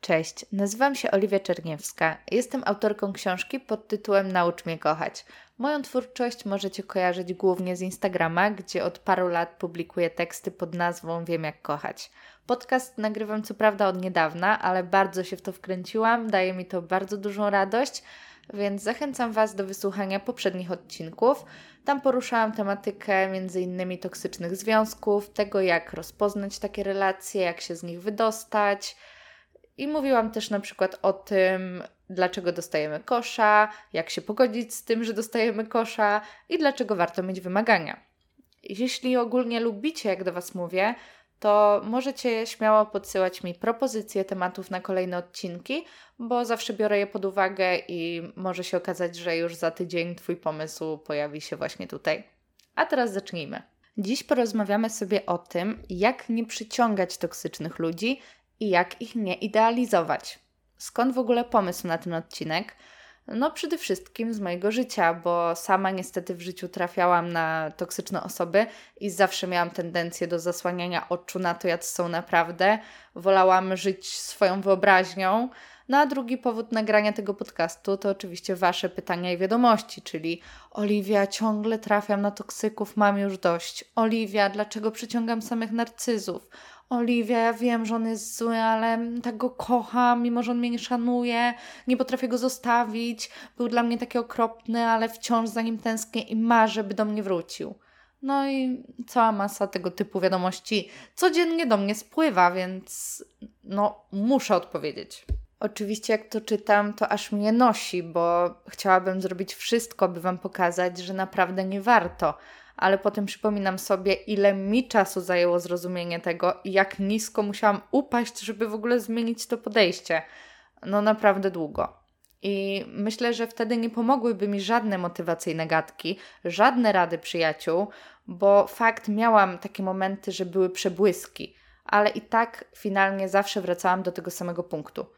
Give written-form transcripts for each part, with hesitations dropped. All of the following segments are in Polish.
Cześć, nazywam się Oliwia Czerniewska. Jestem autorką książki pod tytułem Naucz mnie kochać. Moją twórczość możecie kojarzyć głównie z Instagrama, gdzie od paru lat publikuję teksty pod nazwą Wiem jak kochać. Podcast nagrywam co prawda od niedawna, ale bardzo się w to wkręciłam, daje mi to bardzo dużą radość, więc zachęcam Was do wysłuchania poprzednich odcinków. Tam poruszałam tematykę m.in. toksycznych związków, tego jak rozpoznać takie relacje, jak się z nich wydostać. I mówiłam też na przykład o tym, dlaczego dostajemy kosza, jak się pogodzić z tym, że dostajemy kosza i dlaczego warto mieć wymagania. Jeśli ogólnie lubicie, jak do Was mówię, to możecie śmiało podsyłać mi propozycje tematów na kolejne odcinki, bo zawsze biorę je pod uwagę i może się okazać, że już za tydzień Twój pomysł pojawi się właśnie tutaj. A teraz zacznijmy. Dziś porozmawiamy sobie o tym, jak nie przyciągać toksycznych ludzi i jak ich nie idealizować. Skąd w ogóle pomysł na ten odcinek? No przede wszystkim z mojego życia, bo sama niestety w życiu trafiałam na toksyczne osoby i zawsze miałam tendencję do zasłaniania oczu na to, jacy są naprawdę. Wolałam żyć swoją wyobraźnią. No a drugi powód nagrania tego podcastu to oczywiście Wasze pytania i wiadomości, czyli Oliwia, ciągle trafiam na toksyków, mam już dość. Oliwia, dlaczego przyciągam samych narcyzów? Oliwia, ja wiem, że on jest zły, ale tak go kocham, mimo że on mnie nie szanuje, nie potrafię go zostawić, był dla mnie taki okropny, ale wciąż za nim tęsknię i marzę, by do mnie wrócił. No i cała masa tego typu wiadomości codziennie do mnie spływa, więc muszę odpowiedzieć. Oczywiście jak to czytam, to aż mnie nosi, bo chciałabym zrobić wszystko, by Wam pokazać, że naprawdę nie warto. Ale potem przypominam sobie, ile mi czasu zajęło zrozumienie tego i jak nisko musiałam upaść, żeby w ogóle zmienić to podejście. No naprawdę długo. I myślę, że wtedy nie pomogłyby mi żadne motywacyjne gadki, żadne rady przyjaciół, bo fakt miałam takie momenty, że były przebłyski, ale i tak finalnie zawsze wracałam do tego samego punktu.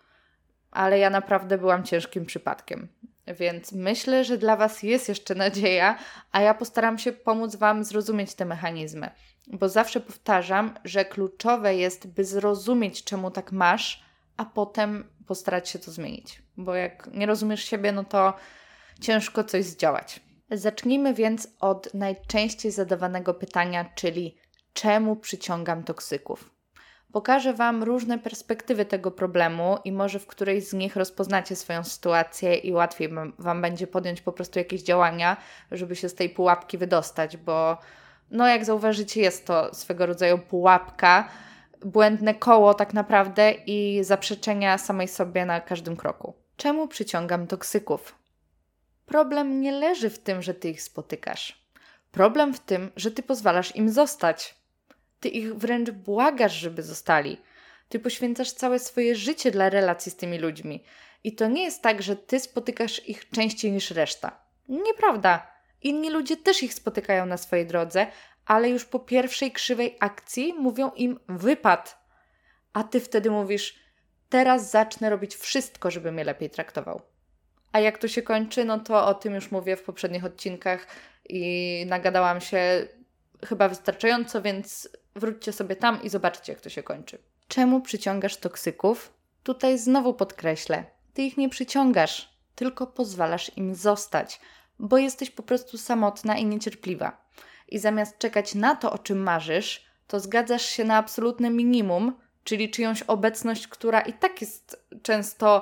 Ale ja naprawdę byłam ciężkim przypadkiem. Więc myślę, że dla Was jest jeszcze nadzieja, a ja postaram się pomóc Wam zrozumieć te mechanizmy. Bo zawsze powtarzam, że kluczowe jest, by zrozumieć, czemu tak masz, a potem postarać się to zmienić. Bo jak nie rozumiesz siebie, no to ciężko coś zdziałać. Zacznijmy więc od najczęściej zadawanego pytania, czyli czemu przyciągam toksyków? Pokażę Wam różne perspektywy tego problemu i może w którejś z nich rozpoznacie swoją sytuację i łatwiej Wam będzie podjąć po prostu jakieś działania, żeby się z tej pułapki wydostać, bo jak zauważycie, jest to swego rodzaju pułapka, błędne koło tak naprawdę i zaprzeczenia samej sobie na każdym kroku. Czemu przyciągam toksyków? Problem nie leży w tym, że Ty ich spotykasz. Problem w tym, że Ty pozwalasz im zostać. Ty ich wręcz błagasz, żeby zostali. Ty poświęcasz całe swoje życie dla relacji z tymi ludźmi. I to nie jest tak, że Ty spotykasz ich częściej niż reszta. Nieprawda. Inni ludzie też ich spotykają na swojej drodze, ale już po pierwszej krzywej akcji mówią im wypad. A Ty wtedy mówisz, teraz zacznę robić wszystko, żeby mnie lepiej traktował. A jak to się kończy, no to o tym już mówię w poprzednich odcinkach i nagadałam się chyba wystarczająco, więc wróćcie sobie tam i zobaczcie, jak to się kończy. Czemu przyciągasz toksyków? Tutaj znowu podkreślę. Ty ich nie przyciągasz, tylko pozwalasz im zostać, bo jesteś po prostu samotna i niecierpliwa. I zamiast czekać na to, o czym marzysz, to zgadzasz się na absolutne minimum, czyli czyjąś obecność, która i tak jest często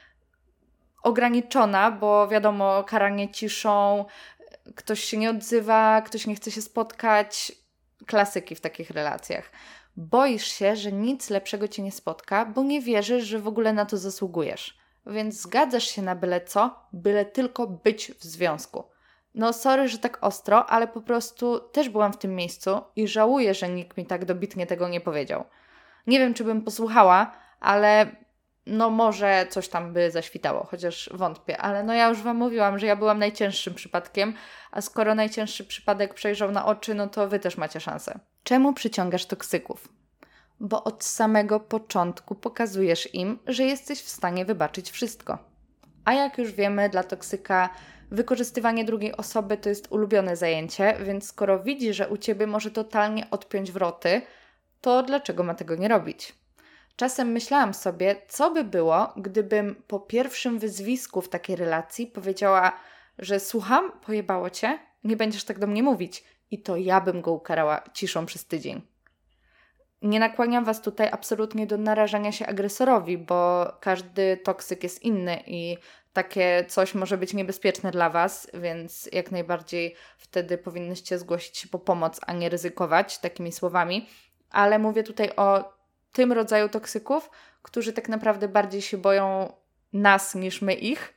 ograniczona, bo wiadomo, karanie ciszą, ktoś się nie odzywa, ktoś nie chce się spotkać. Klasyki w takich relacjach. Boisz się, że nic lepszego Cię nie spotka, bo nie wierzysz, że w ogóle na to zasługujesz. Więc zgadzasz się na byle co, byle tylko być w związku. No sorry, że tak ostro, ale po prostu też byłam w tym miejscu i żałuję, że nikt mi tak dobitnie tego nie powiedział. Nie wiem, czy bym posłuchała, ale może coś tam by zaświtało, chociaż wątpię, ale ja już Wam mówiłam, że ja byłam najcięższym przypadkiem, a skoro najcięższy przypadek przejrzał na oczy, no to Wy też macie szansę. Czemu przyciągasz toksyków? Bo od samego początku pokazujesz im, że jesteś w stanie wybaczyć wszystko. A jak już wiemy, dla toksyka wykorzystywanie drugiej osoby to jest ulubione zajęcie, więc skoro widzi, że u Ciebie może totalnie odpiąć wroty, to dlaczego ma tego nie robić? Czasem myślałam sobie, co by było, gdybym po pierwszym wyzwisku w takiej relacji powiedziała, że słucham, pojebało cię, nie będziesz tak do mnie mówić. I to ja bym go ukarała ciszą przez tydzień. Nie nakłaniam Was tutaj absolutnie do narażania się agresorowi, bo każdy toksyk jest inny i takie coś może być niebezpieczne dla Was, więc jak najbardziej wtedy powinnyście zgłosić się po pomoc, a nie ryzykować takimi słowami. Ale mówię tutaj o tym rodzaju toksyków, którzy tak naprawdę bardziej się boją nas niż my ich.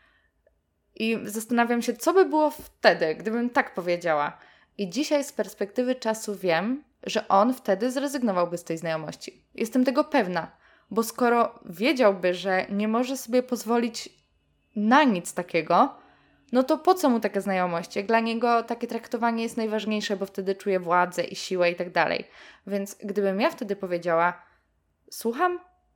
I zastanawiam się, co by było wtedy, gdybym tak powiedziała. I dzisiaj z perspektywy czasu wiem, że on wtedy zrezygnowałby z tej znajomości. Jestem tego pewna, bo skoro wiedziałby, że nie może sobie pozwolić na nic takiego, no to po co mu taka znajomość? Jak dla niego takie traktowanie jest najważniejsze, bo wtedy czuje władzę i siłę i tak dalej. Więc gdybym ja wtedy powiedziała, słucham,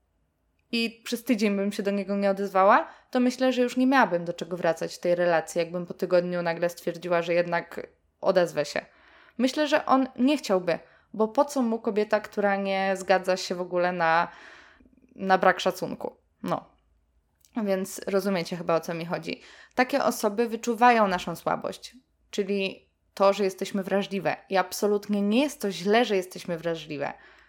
i przez tydzień bym się do niego nie odezwała, to myślę, że już nie miałabym do czego wracać w tej relacji, jakbym po tygodniu nagle stwierdziła, że jednak odezwę się. Myślę, że on nie chciałby, bo po co mu kobieta, która nie zgadza się w ogóle na brak szacunku? No. Więc rozumiecie chyba, o co mi chodzi. Takie osoby wyczuwają naszą słabość, czyli to, że jesteśmy wrażliwe. I absolutnie nie jest to źle, że jesteśmy wrażliwe,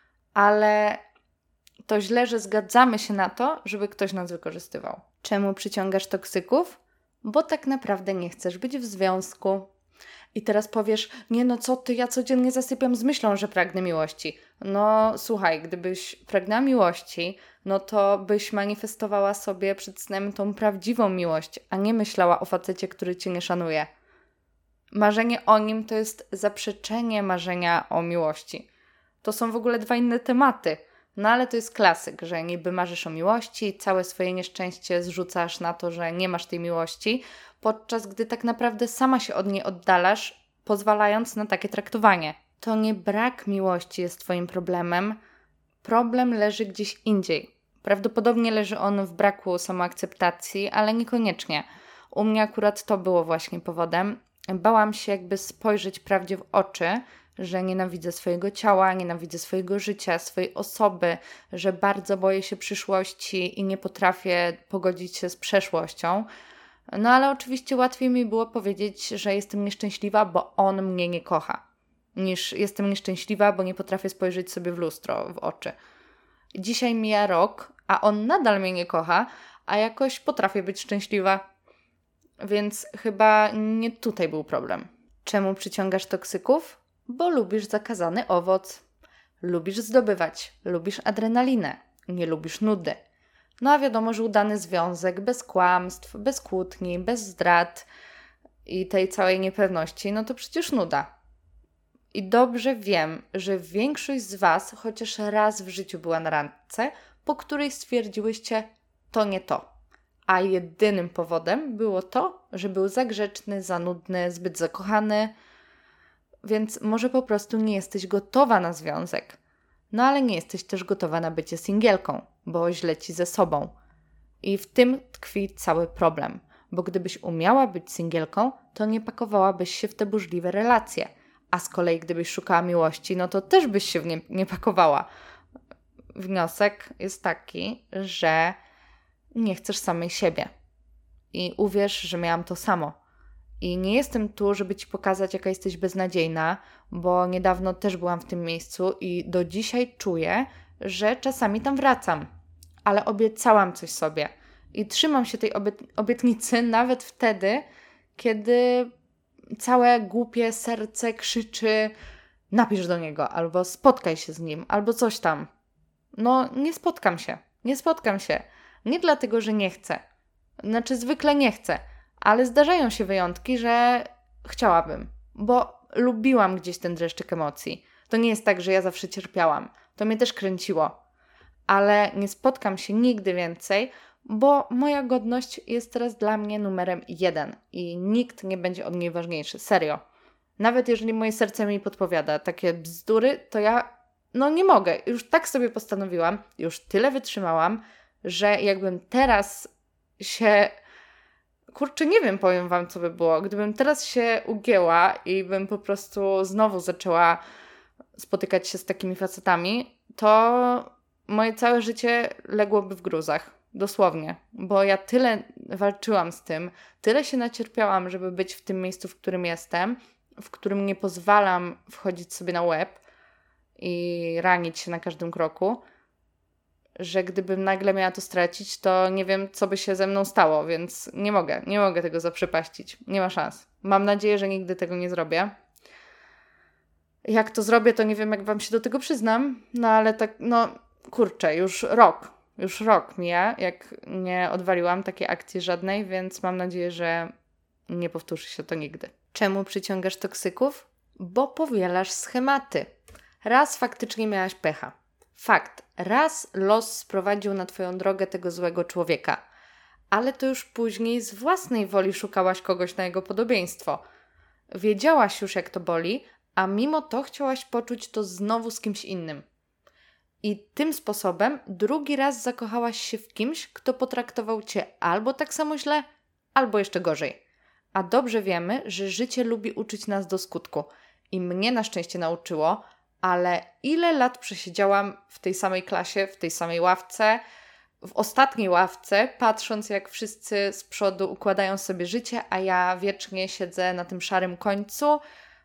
ale to źle, że zgadzamy się na to, żeby ktoś nas wykorzystywał. Czemu przyciągasz toksyków? Bo tak naprawdę nie chcesz być w związku. I teraz powiesz, nie no co ty, ja codziennie zasypiam z myślą, że pragnę miłości. No słuchaj, gdybyś pragnęła miłości, no to byś manifestowała sobie przed snem tą prawdziwą miłość, a nie myślała o facecie, który cię nie szanuje. Marzenie o nim to jest zaprzeczenie marzenia o miłości. To są w ogóle dwa inne tematy. No ale to jest klasyk, że niby marzysz o miłości, całe swoje nieszczęście zrzucasz na to, że nie masz tej miłości, podczas gdy tak naprawdę sama się od niej oddalasz, pozwalając na takie traktowanie. To nie brak miłości jest twoim problemem. Problem leży gdzieś indziej. Prawdopodobnie leży on w braku samoakceptacji, ale niekoniecznie. U mnie akurat to było właśnie powodem. Bałam się jakby spojrzeć prawdzie w oczy, że nienawidzę swojego ciała, nienawidzę swojego życia, swojej osoby, że bardzo boję się przyszłości i nie potrafię pogodzić się z przeszłością. No ale oczywiście łatwiej mi było powiedzieć, że jestem nieszczęśliwa, bo on mnie nie kocha, niż jestem nieszczęśliwa, bo nie potrafię spojrzeć sobie w lustro, w oczy. Dzisiaj mija rok, a on nadal mnie nie kocha, a jakoś potrafię być szczęśliwa. Więc chyba nie tutaj był problem. Czemu przyciągasz toksyków? Bo lubisz zakazany owoc. Lubisz zdobywać, lubisz adrenalinę, nie lubisz nudy. No a wiadomo, że udany związek bez kłamstw, bez kłótni, bez zdrad i tej całej niepewności, no to przecież nuda. I dobrze wiem, że większość z Was chociaż raz w życiu była na randce, po której stwierdziłyście, to nie to. A jedynym powodem było to, że był za grzeczny, za nudny, zbyt zakochany, więc może po prostu nie jesteś gotowa na związek. No ale nie jesteś też gotowa na bycie singielką, bo źle ci ze sobą. I w tym tkwi cały problem, bo gdybyś umiała być singielką, to nie pakowałabyś się w te burzliwe relacje. A z kolei gdybyś szukała miłości, no to też byś się w nie pakowała. Wniosek jest taki, że nie chcesz samej siebie. I uwierz, że miałam to samo. I nie jestem tu, żeby Ci pokazać, jaka jesteś beznadziejna, bo niedawno też byłam w tym miejscu i do dzisiaj czuję, że czasami tam wracam. Ale obiecałam coś sobie. I trzymam się tej obietnicy nawet wtedy, kiedy całe głupie serce krzyczy napisz do niego, albo spotkaj się z nim, albo coś tam. No, nie spotkam się. Nie dlatego, że nie chcę. Znaczy, zwykle nie chcę. Ale zdarzają się wyjątki, że chciałabym, bo lubiłam gdzieś ten dreszczyk emocji. To nie jest tak, że ja zawsze cierpiałam. To mnie też kręciło. Ale nie spotkam się nigdy więcej, bo moja godność jest teraz dla mnie numerem 1 i nikt nie będzie od niej ważniejszy. Serio. Nawet jeżeli moje serce mi podpowiada takie bzdury, to ja nie mogę. Już tak sobie postanowiłam, już tyle wytrzymałam, że jakbym teraz się... Kurczę, nie wiem, powiem Wam, co by było. Gdybym teraz się ugięła i bym po prostu znowu zaczęła spotykać się z takimi facetami, to moje całe życie ległoby w gruzach. Dosłownie. Bo ja tyle walczyłam z tym, tyle się nacierpiałam, żeby być w tym miejscu, w którym jestem, w którym nie pozwalam wchodzić sobie na łeb i ranić się na każdym kroku, że gdybym nagle miała to stracić, to nie wiem, co by się ze mną stało, więc nie mogę tego zaprzepaścić. Nie ma szans. Mam nadzieję, że nigdy tego nie zrobię. Jak to zrobię, to nie wiem, jak wam się do tego przyznam, no ale tak, kurczę, już rok mija, jak nie odwaliłam takiej akcji żadnej, więc mam nadzieję, że nie powtórzy się to nigdy. Czemu przyciągasz toksyków? Bo powielasz schematy. Raz faktycznie miałaś pecha. Fakt, raz los sprowadził na twoją drogę tego złego człowieka, ale to już później z własnej woli szukałaś kogoś na jego podobieństwo. Wiedziałaś już, jak to boli, a mimo to chciałaś poczuć to znowu z kimś innym. I tym sposobem drugi raz zakochałaś się w kimś, kto potraktował cię albo tak samo źle, albo jeszcze gorzej. A dobrze wiemy, że życie lubi uczyć nas do skutku. I mnie na szczęście nauczyło, ale ile lat przesiedziałam w tej samej klasie, w tej samej ławce, w ostatniej ławce, patrząc jak wszyscy z przodu układają sobie życie, a ja wiecznie siedzę na tym szarym końcu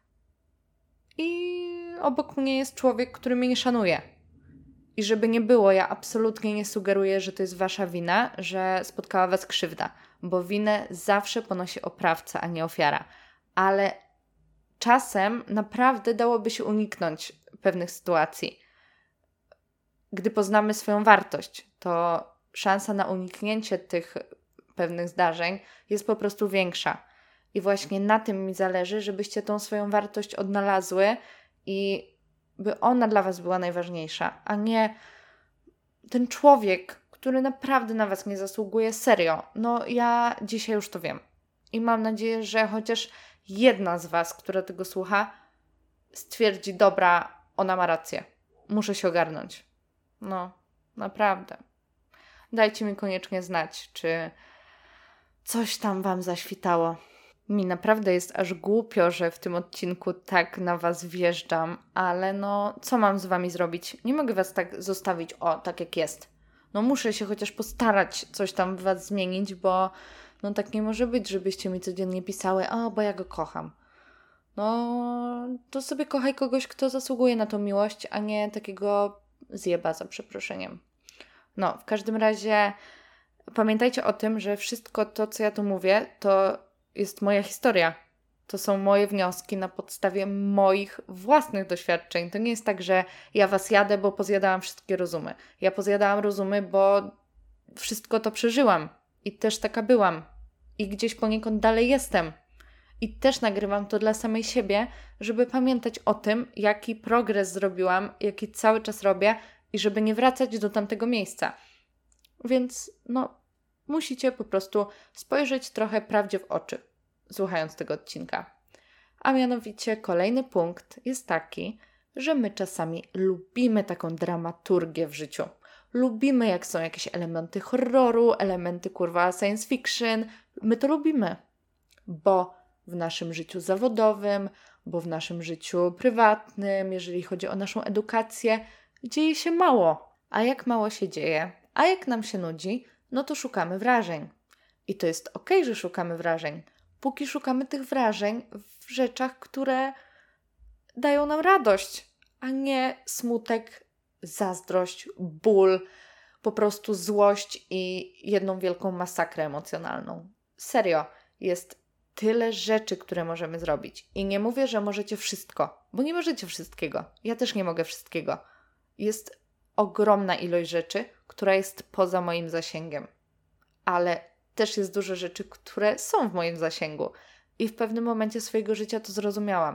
i obok mnie jest człowiek, który mnie nie szanuje. I żeby nie było, ja absolutnie nie sugeruję, że to jest wasza wina, że spotkała was krzywda, bo winę zawsze ponosi oprawca, a nie ofiara. Ale czasem naprawdę dałoby się uniknąć pewnych sytuacji. Gdy poznamy swoją wartość, to szansa na uniknięcie tych pewnych zdarzeń jest po prostu większa. I właśnie na tym mi zależy, żebyście tą swoją wartość odnalazły i by ona dla was była najważniejsza, a nie ten człowiek, który naprawdę na was nie zasługuje. Serio. Ja dzisiaj już to wiem. I mam nadzieję, że chociaż jedna z was, która tego słucha, stwierdzi, dobra, ona ma rację. Muszę się ogarnąć. Naprawdę. Dajcie mi koniecznie znać, czy coś tam wam zaświtało. Mi naprawdę jest aż głupio, że w tym odcinku tak na was wjeżdżam, ale co mam z wami zrobić? Nie mogę was tak zostawić, tak jak jest. Muszę się chociaż postarać coś tam w was zmienić, bo tak nie może być, żebyście mi codziennie pisały, bo ja go kocham. To sobie kochaj kogoś, kto zasługuje na tą miłość, a nie takiego zjeba, za przeproszeniem. W każdym razie pamiętajcie o tym, że wszystko to, co ja tu mówię, to jest moja historia. To są moje wnioski na podstawie moich własnych doświadczeń. To nie jest tak, że ja was jadę, bo pozjadałam wszystkie rozumy. Ja pozjadałam rozumy, bo wszystko to przeżyłam. I też taka byłam. I gdzieś poniekąd dalej jestem. I też nagrywam to dla samej siebie, żeby pamiętać o tym, jaki progres zrobiłam, jaki cały czas robię i żeby nie wracać do tamtego miejsca. Więc musicie po prostu spojrzeć trochę prawdzie w oczy, słuchając tego odcinka. A mianowicie kolejny punkt jest taki, że my czasami lubimy taką dramaturgię w życiu. Lubimy, jak są jakieś elementy horroru, elementy science fiction. My to lubimy, bo w naszym życiu zawodowym, bo w naszym życiu prywatnym, jeżeli chodzi o naszą edukację, dzieje się mało. A jak mało się dzieje, a jak nam się nudzi, to szukamy wrażeń. I to jest okej, że szukamy wrażeń, póki szukamy tych wrażeń w rzeczach, które dają nam radość, a nie smutek, zazdrość, ból, po prostu złość i jedną wielką masakrę emocjonalną. Serio, jest tyle rzeczy, które możemy zrobić. I nie mówię, że możecie wszystko, bo nie możecie wszystkiego. Ja też nie mogę wszystkiego. Jest ogromna ilość rzeczy, która jest poza moim zasięgiem. Ale też jest dużo rzeczy, które są w moim zasięgu. I w pewnym momencie swojego życia to zrozumiałam.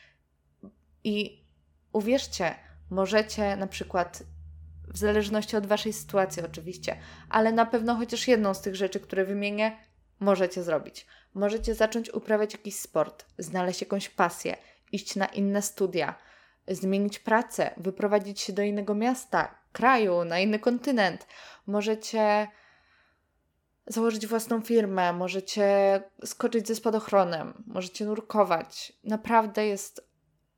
I uwierzcie, możecie na przykład, w zależności od waszej sytuacji oczywiście, ale na pewno chociaż jedną z tych rzeczy, które wymienię, możecie zrobić. Możecie zacząć uprawiać jakiś sport, znaleźć jakąś pasję, iść na inne studia, zmienić pracę, wyprowadzić się do innego miasta, kraju, na inny kontynent. Możecie założyć własną firmę, możecie skoczyć ze spadochronem, możecie nurkować. Naprawdę jest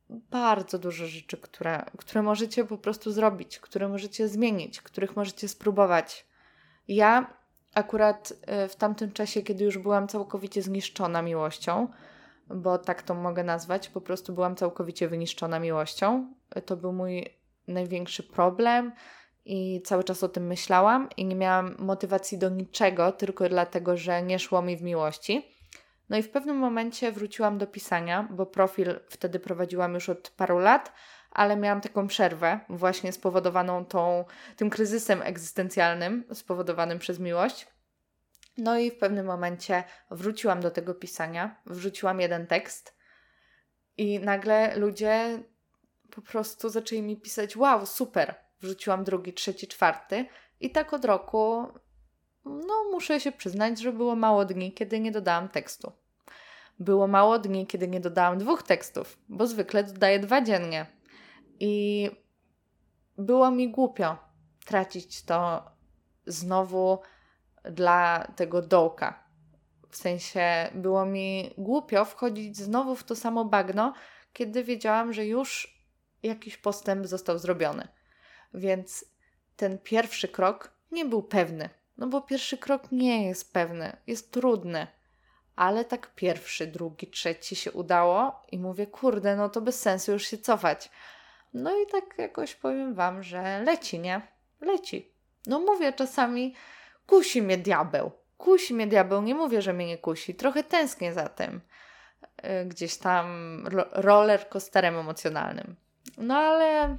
bardzo dużo rzeczy, które możecie po prostu zrobić, które możecie zmienić, których możecie spróbować. Ja akurat w tamtym czasie, kiedy już byłam całkowicie zniszczona miłością, bo tak to mogę nazwać, po prostu byłam całkowicie wyniszczona miłością. To był mój największy problem i cały czas o tym myślałam i nie miałam motywacji do niczego, tylko dlatego, że nie szło mi w miłości. No i w pewnym momencie wróciłam do pisania, bo profil wtedy prowadziłam już od paru lat, ale miałam taką przerwę właśnie spowodowaną tym kryzysem egzystencjalnym spowodowanym przez miłość. No i w pewnym momencie wróciłam do tego pisania, wrzuciłam jeden tekst i nagle ludzie po prostu zaczęli mi pisać: wow, super, wrzuciłam drugi, trzeci, czwarty i tak od roku, muszę się przyznać, że było mało dni, kiedy nie dodałam tekstu. Było mało dni, kiedy nie dodałam 2 tekstów, bo zwykle dodaję 2 dziennie. I było mi głupio tracić to znowu dla tego dołka. W sensie było mi głupio wchodzić znowu w to samo bagno, kiedy wiedziałam, że już jakiś postęp został zrobiony. Więc ten pierwszy krok nie był pewny. No bo pierwszy krok nie jest pewny, jest trudny. Ale tak pierwszy, drugi, trzeci się udało i mówię, kurde, no to bez sensu już się cofać. No i tak jakoś powiem Wam, że leci, nie? Leci. No mówię czasami, kusi mnie diabeł. Kusi mnie diabeł, nie mówię, że mnie nie kusi. Trochę tęsknię za tym. Gdzieś tam roller coasterem emocjonalnym. No ale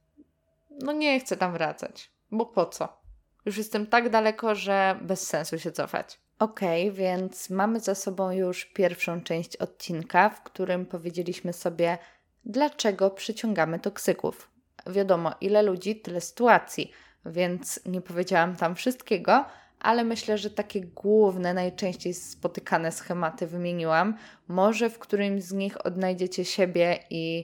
nie chcę tam wracać. Bo po co? Już jestem tak daleko, że bez sensu się cofać. Okej, więc mamy za sobą już pierwszą część odcinka, w którym powiedzieliśmy sobie, dlaczego przyciągamy toksyków. Wiadomo, ile ludzi, tyle sytuacji, więc nie powiedziałam tam wszystkiego, ale myślę, że takie główne, najczęściej spotykane schematy wymieniłam. Może w którymś z nich odnajdziecie siebie i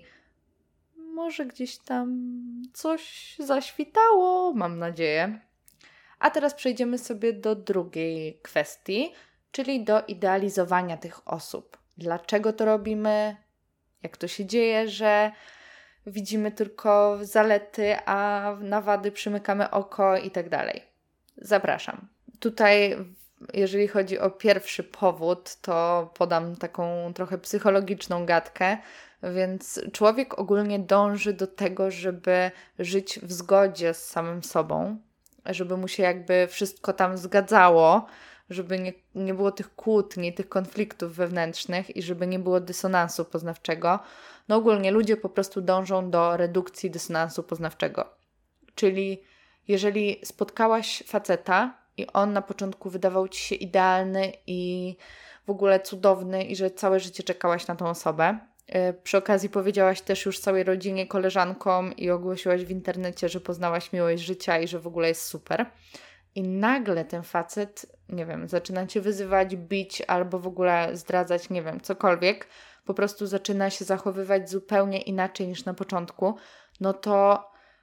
może gdzieś tam coś zaświtało, mam nadzieję. A teraz przejdziemy sobie do drugiej kwestii, czyli do idealizowania tych osób. Dlaczego to robimy? Jak to się dzieje, że widzimy tylko zalety, a na wady przymykamy oko i tak dalej. Zapraszam. Tutaj, jeżeli chodzi o pierwszy powód, to podam taką trochę psychologiczną gadkę, więc człowiek ogólnie dąży do tego, żeby żyć w zgodzie z samym sobą, żeby mu się jakby wszystko tam zgadzało, żeby nie było tych kłótni, tych konfliktów wewnętrznych i żeby nie było dysonansu poznawczego. No ogólnie ludzie po prostu dążą do redukcji dysonansu poznawczego. Czyli jeżeli spotkałaś faceta i on na początku wydawał Ci się idealny i w ogóle cudowny i że całe życie czekałaś na tą osobę, przy okazji powiedziałaś też już całej rodzinie, koleżankom i ogłosiłaś w internecie, że poznałaś miłość życia i że w ogóle jest super. I nagle ten facet, nie wiem, zaczyna Cię wyzywać, bić albo w ogóle zdradzać, nie wiem, cokolwiek. Po prostu zaczyna się zachowywać zupełnie inaczej niż na początku. No to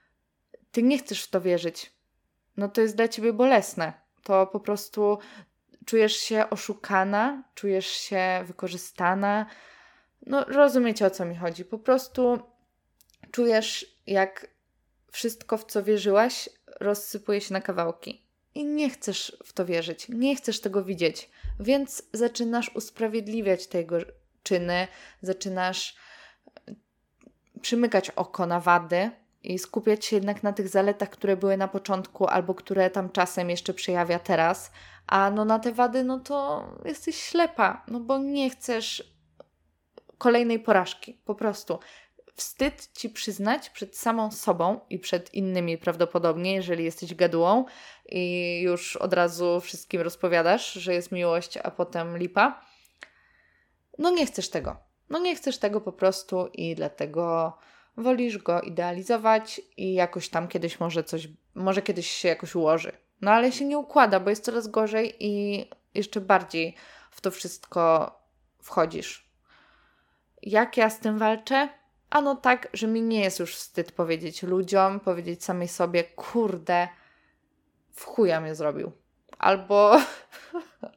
Ty nie chcesz w to wierzyć. No to jest dla Ciebie bolesne. To po prostu czujesz się oszukana, czujesz się wykorzystana. No rozumiecie, o co mi chodzi. Po prostu czujesz, jak wszystko, w co wierzyłaś, rozsypuje się na kawałki. I nie chcesz w to wierzyć, nie chcesz tego widzieć, więc zaczynasz usprawiedliwiać te jego czyny, zaczynasz przymykać oko na wady i skupiać się jednak na tych zaletach, które były na początku albo które tam czasem jeszcze przejawia teraz, a na te wady, to jesteś ślepa, bo nie chcesz kolejnej porażki, po prostu. Wstyd Ci przyznać przed samą sobą i przed innymi prawdopodobnie, jeżeli jesteś gadułą i już od razu wszystkim rozpowiadasz, że jest miłość, a potem lipa. Nie chcesz tego. Nie chcesz tego po prostu i dlatego wolisz go idealizować i jakoś tam kiedyś może kiedyś się jakoś ułoży. Ale się nie układa, bo jest coraz gorzej i jeszcze bardziej w to wszystko wchodzisz. Jak ja z tym walczę? Tak, że mi nie jest już wstyd powiedzieć ludziom, powiedzieć samej sobie, kurde, w chuja mnie zrobił. Albo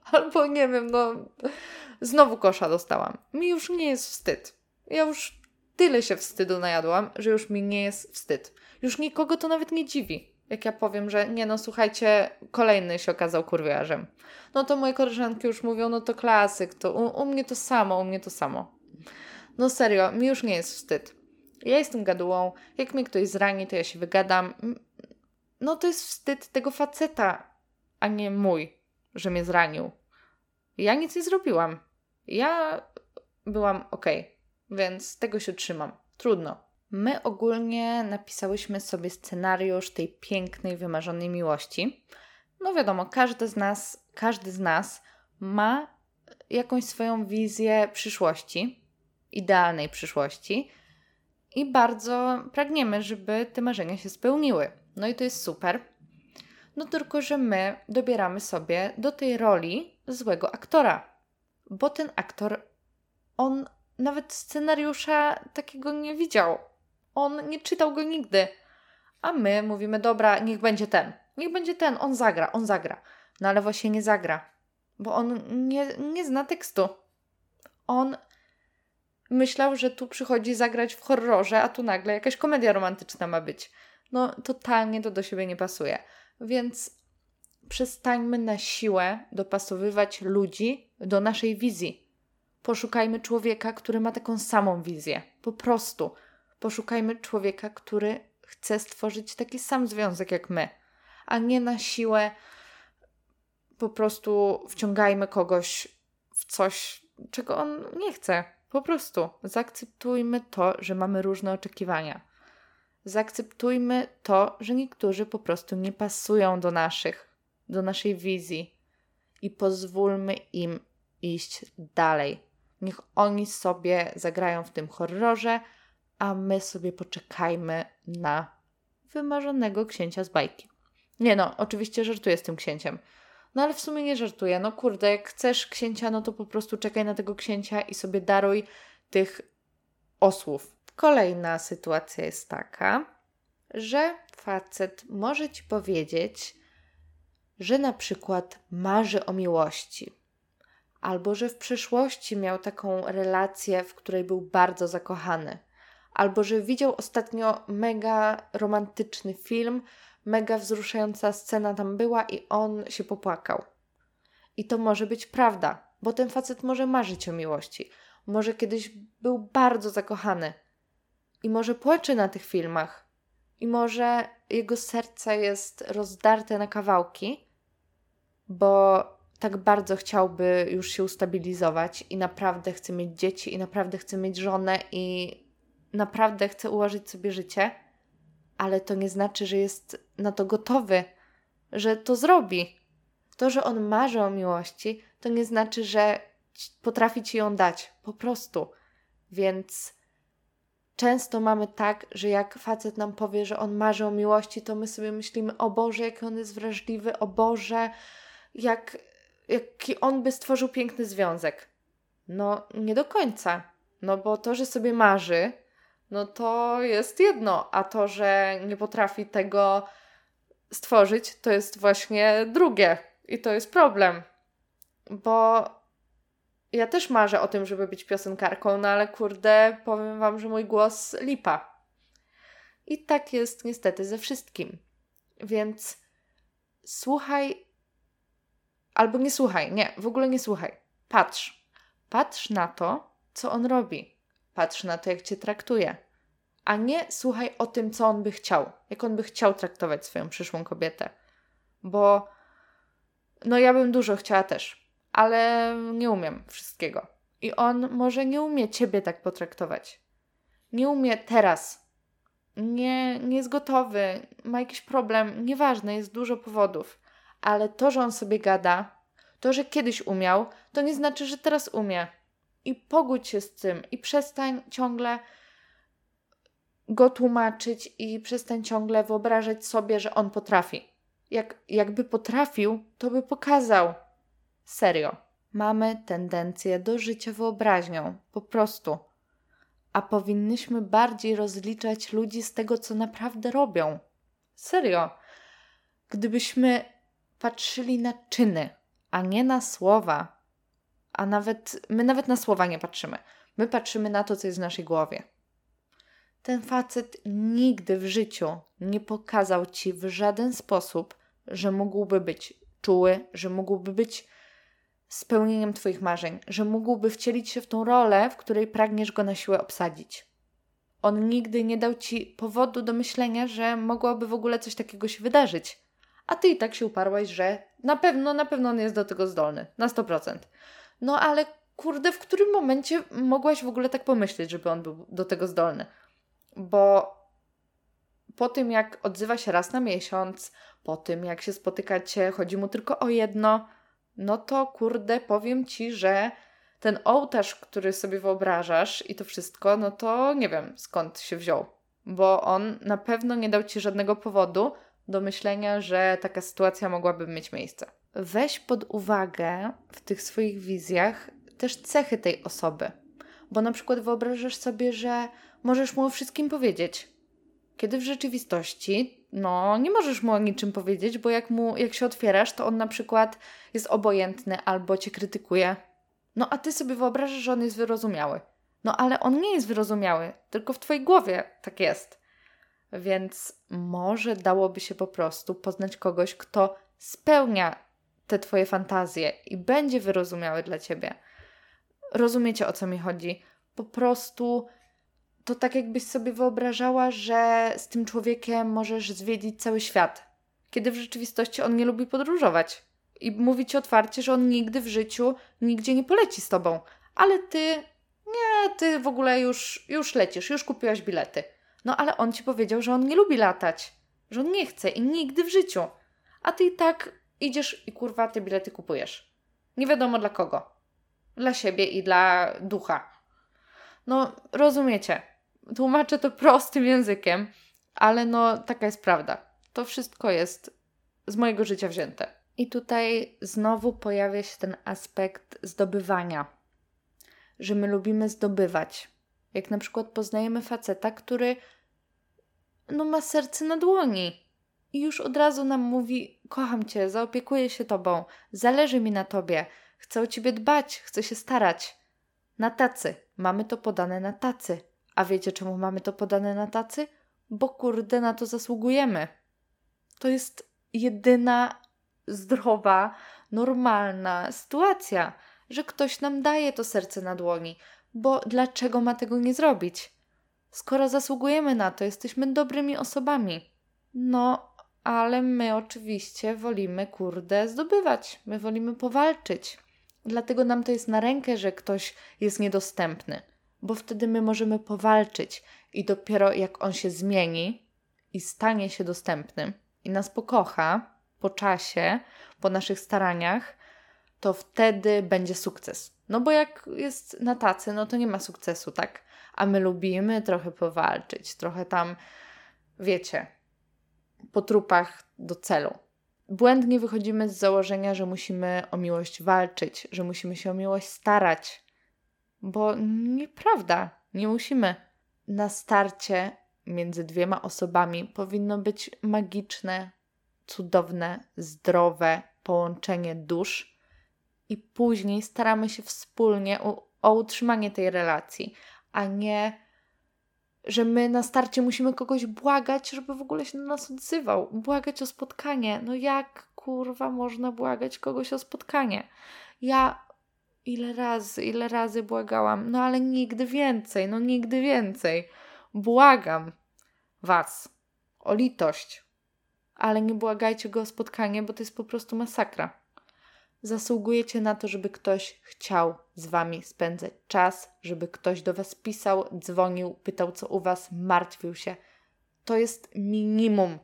nie wiem, znowu kosza dostałam. Mi już nie jest wstyd. Ja już tyle się wstydu najadłam, że już mi nie jest wstyd. Już nikogo to nawet nie dziwi. Jak ja powiem, że nie no, słuchajcie, kolejny się okazał kurwiarzem. No to moje koleżanki już mówią, no to klasyk, to u mnie to samo, u mnie to samo. No serio, mi już nie jest wstyd. Ja jestem gadułą, jak mnie ktoś zrani, to ja się wygadam. No to jest wstyd tego faceta, a nie mój, że mnie zranił. Ja nic nie zrobiłam. Ja byłam okej, więc tego się trzymam. Trudno. My ogólnie napisałyśmy sobie scenariusz tej pięknej, wymarzonej miłości. No wiadomo, każdy z nas ma jakąś swoją wizję przyszłości, idealnej przyszłości i bardzo pragniemy, żeby te marzenia się spełniły. No i to jest super. No tylko, że my dobieramy sobie do tej roli złego aktora, bo ten aktor, on nawet scenariusza takiego nie widział. On nie czytał go nigdy. A my mówimy, dobra, niech będzie ten, on zagra. No ale właśnie nie zagra, bo on nie zna tekstu. On myślał, że tu przychodzi zagrać w horrorze, a tu nagle jakaś komedia romantyczna ma być. No totalnie to do siebie nie pasuje. Więc przestańmy na siłę dopasowywać ludzi do naszej wizji. Poszukajmy człowieka, który ma taką samą wizję. Po prostu. Poszukajmy człowieka, który chce stworzyć taki sam związek jak my. A nie na siłę po prostu wciągajmy kogoś w coś, czego on nie chce. Po prostu. Zaakceptujmy to, że mamy różne oczekiwania. Zaakceptujmy to, że niektórzy po prostu nie pasują do naszej wizji i pozwólmy im iść dalej. Niech oni sobie zagrają w tym horrorze, a my sobie poczekajmy na wymarzonego księcia z bajki. Nie no, oczywiście żartuję z tym księciem. No ale w sumie nie żartuję. No kurde, jak chcesz księcia, no to po prostu czekaj na tego księcia i sobie daruj tych osłów. Kolejna sytuacja jest taka, że facet może ci powiedzieć, że na przykład marzy o miłości, albo że w przeszłości miał taką relację, w której był bardzo zakochany, albo że widział ostatnio mega romantyczny film, mega wzruszająca scena tam była i on się popłakał. I to może być prawda, bo ten facet może marzyć o miłości, może kiedyś był bardzo zakochany i może płacze na tych filmach i może jego serce jest rozdarte na kawałki, bo tak bardzo chciałby już się ustabilizować i naprawdę chce mieć dzieci i naprawdę chce mieć żonę i naprawdę chce ułożyć sobie życie, ale to nie znaczy, że jest na to gotowy, że to zrobi. To, że on marzy o miłości, to nie znaczy, że potrafi ci ją dać. Po prostu. Więc często mamy tak, że jak facet nam powie, że on marzy o miłości, to my sobie myślimy, o Boże, jaki on jest wrażliwy, o Boże, jaki on by stworzył piękny związek. No, nie do końca. No bo to, że sobie marzy, no to jest jedno, a to, że nie potrafi tego stworzyć, to jest właśnie drugie. I to jest problem. Bo ja też marzę o tym, żeby być piosenkarką, no ale kurde, powiem wam, że mój głos lipa. I tak jest niestety ze wszystkim. Więc słuchaj, albo nie słuchaj, nie, w ogóle nie słuchaj. Patrz. Patrz na to, co on robi. Patrz na to, jak cię traktuje. A nie słuchaj o tym, co on by chciał. Jak on by chciał traktować swoją przyszłą kobietę. Bo no ja bym dużo chciała też, ale nie umiem wszystkiego. I on może nie umie ciebie tak potraktować. Nie umie teraz. Nie jest gotowy. Ma jakiś problem. Nieważne, jest dużo powodów. Ale to, że on sobie gada, to, że kiedyś umiał, to nie znaczy, że teraz umie. I pogódź się z tym. I przestań ciągle go tłumaczyć i przestań ciągle wyobrażać sobie, że on potrafi. Jakby potrafił, to by pokazał. Serio. Mamy tendencję do życia wyobraźnią. Po prostu. A powinnyśmy bardziej rozliczać ludzi z tego, co naprawdę robią. Serio. Gdybyśmy patrzyli na czyny, a nie na słowa, my nawet na słowa nie patrzymy. My patrzymy na to, co jest w naszej głowie. ten facet nigdy w życiu nie pokazał Ci w żaden sposób, że mógłby być czuły, że mógłby być spełnieniem Twoich marzeń, że mógłby wcielić się w tą rolę, w której pragniesz go na siłę obsadzić. On nigdy nie dał Ci powodu do myślenia, że mogłoby w ogóle coś takiego się wydarzyć. A Ty i tak się uparłaś, że na pewno on jest do tego zdolny, na 100%. No ale kurde, w którym momencie mogłaś w ogóle tak pomyśleć, żeby on był do tego zdolny? Bo po tym, jak odzywa się raz na miesiąc, po tym, jak się spotykacie, chodzi mu tylko o jedno, no to kurde, powiem Ci, że ten ołtarz, który sobie wyobrażasz i to wszystko, no to nie wiem skąd się wziął. Bo on na pewno nie dał Ci żadnego powodu do myślenia, że taka sytuacja mogłaby mieć miejsce. Weź pod uwagę w tych swoich wizjach też cechy tej osoby. Bo na przykład wyobrażasz sobie, że możesz mu o wszystkim powiedzieć. Kiedy w rzeczywistości, no nie możesz mu o niczym powiedzieć, bo jak się otwierasz, to on na przykład jest obojętny albo Cię krytykuje. No a Ty sobie wyobrażasz, że on jest wyrozumiały. No ale on nie jest wyrozumiały, tylko w Twojej głowie tak jest. Więc może dałoby się po prostu poznać kogoś, kto spełnia te Twoje fantazje i będzie wyrozumiały dla Ciebie. Rozumiecie, o co mi chodzi? Po prostu to tak jakbyś sobie wyobrażała, że z tym człowiekiem możesz zwiedzić cały świat, kiedy w rzeczywistości on nie lubi podróżować. I mówi Ci otwarcie, że on nigdy w życiu nigdzie nie poleci z Tobą. Ale Ty w ogóle już lecisz, już kupiłaś bilety. No ale on Ci powiedział, że on nie lubi latać, że on nie chce i nigdy w życiu. A Ty i tak idziesz i kurwa te bilety kupujesz. Nie wiadomo dla kogo. Dla siebie i dla ducha. No rozumiecie. Tłumaczę to prostym językiem, ale no taka jest prawda. To wszystko jest z mojego życia wzięte. I tutaj znowu pojawia się ten aspekt zdobywania. Że my lubimy zdobywać. Jak na przykład poznajemy faceta, który ma serce na dłoni. I już od razu nam mówi: kocham Cię, zaopiekuję się Tobą, zależy mi na Tobie, chcę o Ciebie dbać, chcę się starać. Na tacy. Mamy to podane na tacy. A wiecie, czemu mamy to podane na tacy? Bo kurde, na to zasługujemy. To jest jedyna zdrowa, normalna sytuacja, że ktoś nam daje to serce na dłoni. Bo dlaczego ma tego nie zrobić? Skoro zasługujemy na to, jesteśmy dobrymi osobami. No, ale my oczywiście wolimy, zdobywać. My wolimy powalczyć. Dlatego nam to jest na rękę, że ktoś jest niedostępny. Bo wtedy my możemy powalczyć i dopiero jak on się zmieni i stanie się dostępnym i nas pokocha po czasie, po naszych staraniach, to wtedy będzie sukces. No bo jak jest na tacy, no to nie ma sukcesu, tak? A my lubimy trochę powalczyć, trochę tam, wiecie, po trupach do celu. Błędnie wychodzimy z założenia, że musimy o miłość walczyć, że musimy się o miłość starać. Bo nieprawda, nie musimy. Na starcie między dwiema osobami powinno być magiczne, cudowne, zdrowe połączenie dusz i później staramy się wspólnie o utrzymanie tej relacji, a nie, że my na starcie musimy kogoś błagać, żeby w ogóle się do nas odzywał, błagać o spotkanie. No jak można błagać kogoś o spotkanie? Ja ile razy błagałam, no ale nigdy więcej. Błagam Was o litość, ale nie błagajcie go o spotkanie, bo to jest po prostu masakra. Zasługujecie na to, żeby ktoś chciał z Wami spędzać czas, żeby ktoś do Was pisał, dzwonił, pytał co u Was, martwił się. To jest minimum.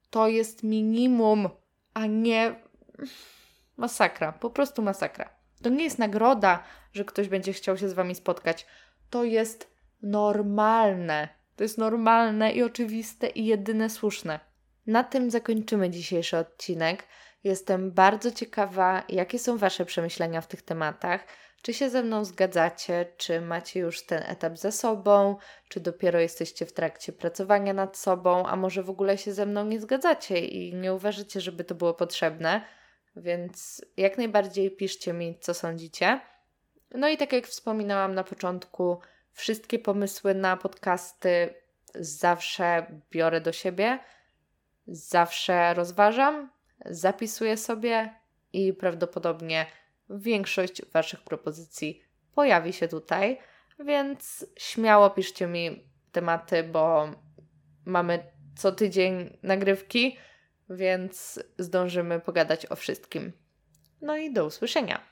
A nie masakra. Po prostu masakra. To nie jest nagroda, że ktoś będzie chciał się z Wami spotkać. To jest normalne. To jest normalne i oczywiste i jedyne słuszne. Na tym zakończymy dzisiejszy odcinek. Jestem bardzo ciekawa, jakie są Wasze przemyślenia w tych tematach. Czy się ze mną zgadzacie? Czy macie już ten etap za sobą? Czy dopiero jesteście w trakcie pracowania nad sobą? A może w ogóle się ze mną nie zgadzacie i nie uważacie, żeby to było potrzebne? Więc jak najbardziej piszcie mi, co sądzicie. No i tak jak wspominałam na początku, wszystkie pomysły na podcasty zawsze biorę do siebie, zawsze rozważam, zapisuję sobie i prawdopodobnie większość Waszych propozycji pojawi się tutaj, więc śmiało piszcie mi tematy, bo mamy co tydzień nagrywki, więc zdążymy pogadać o wszystkim. No i do usłyszenia.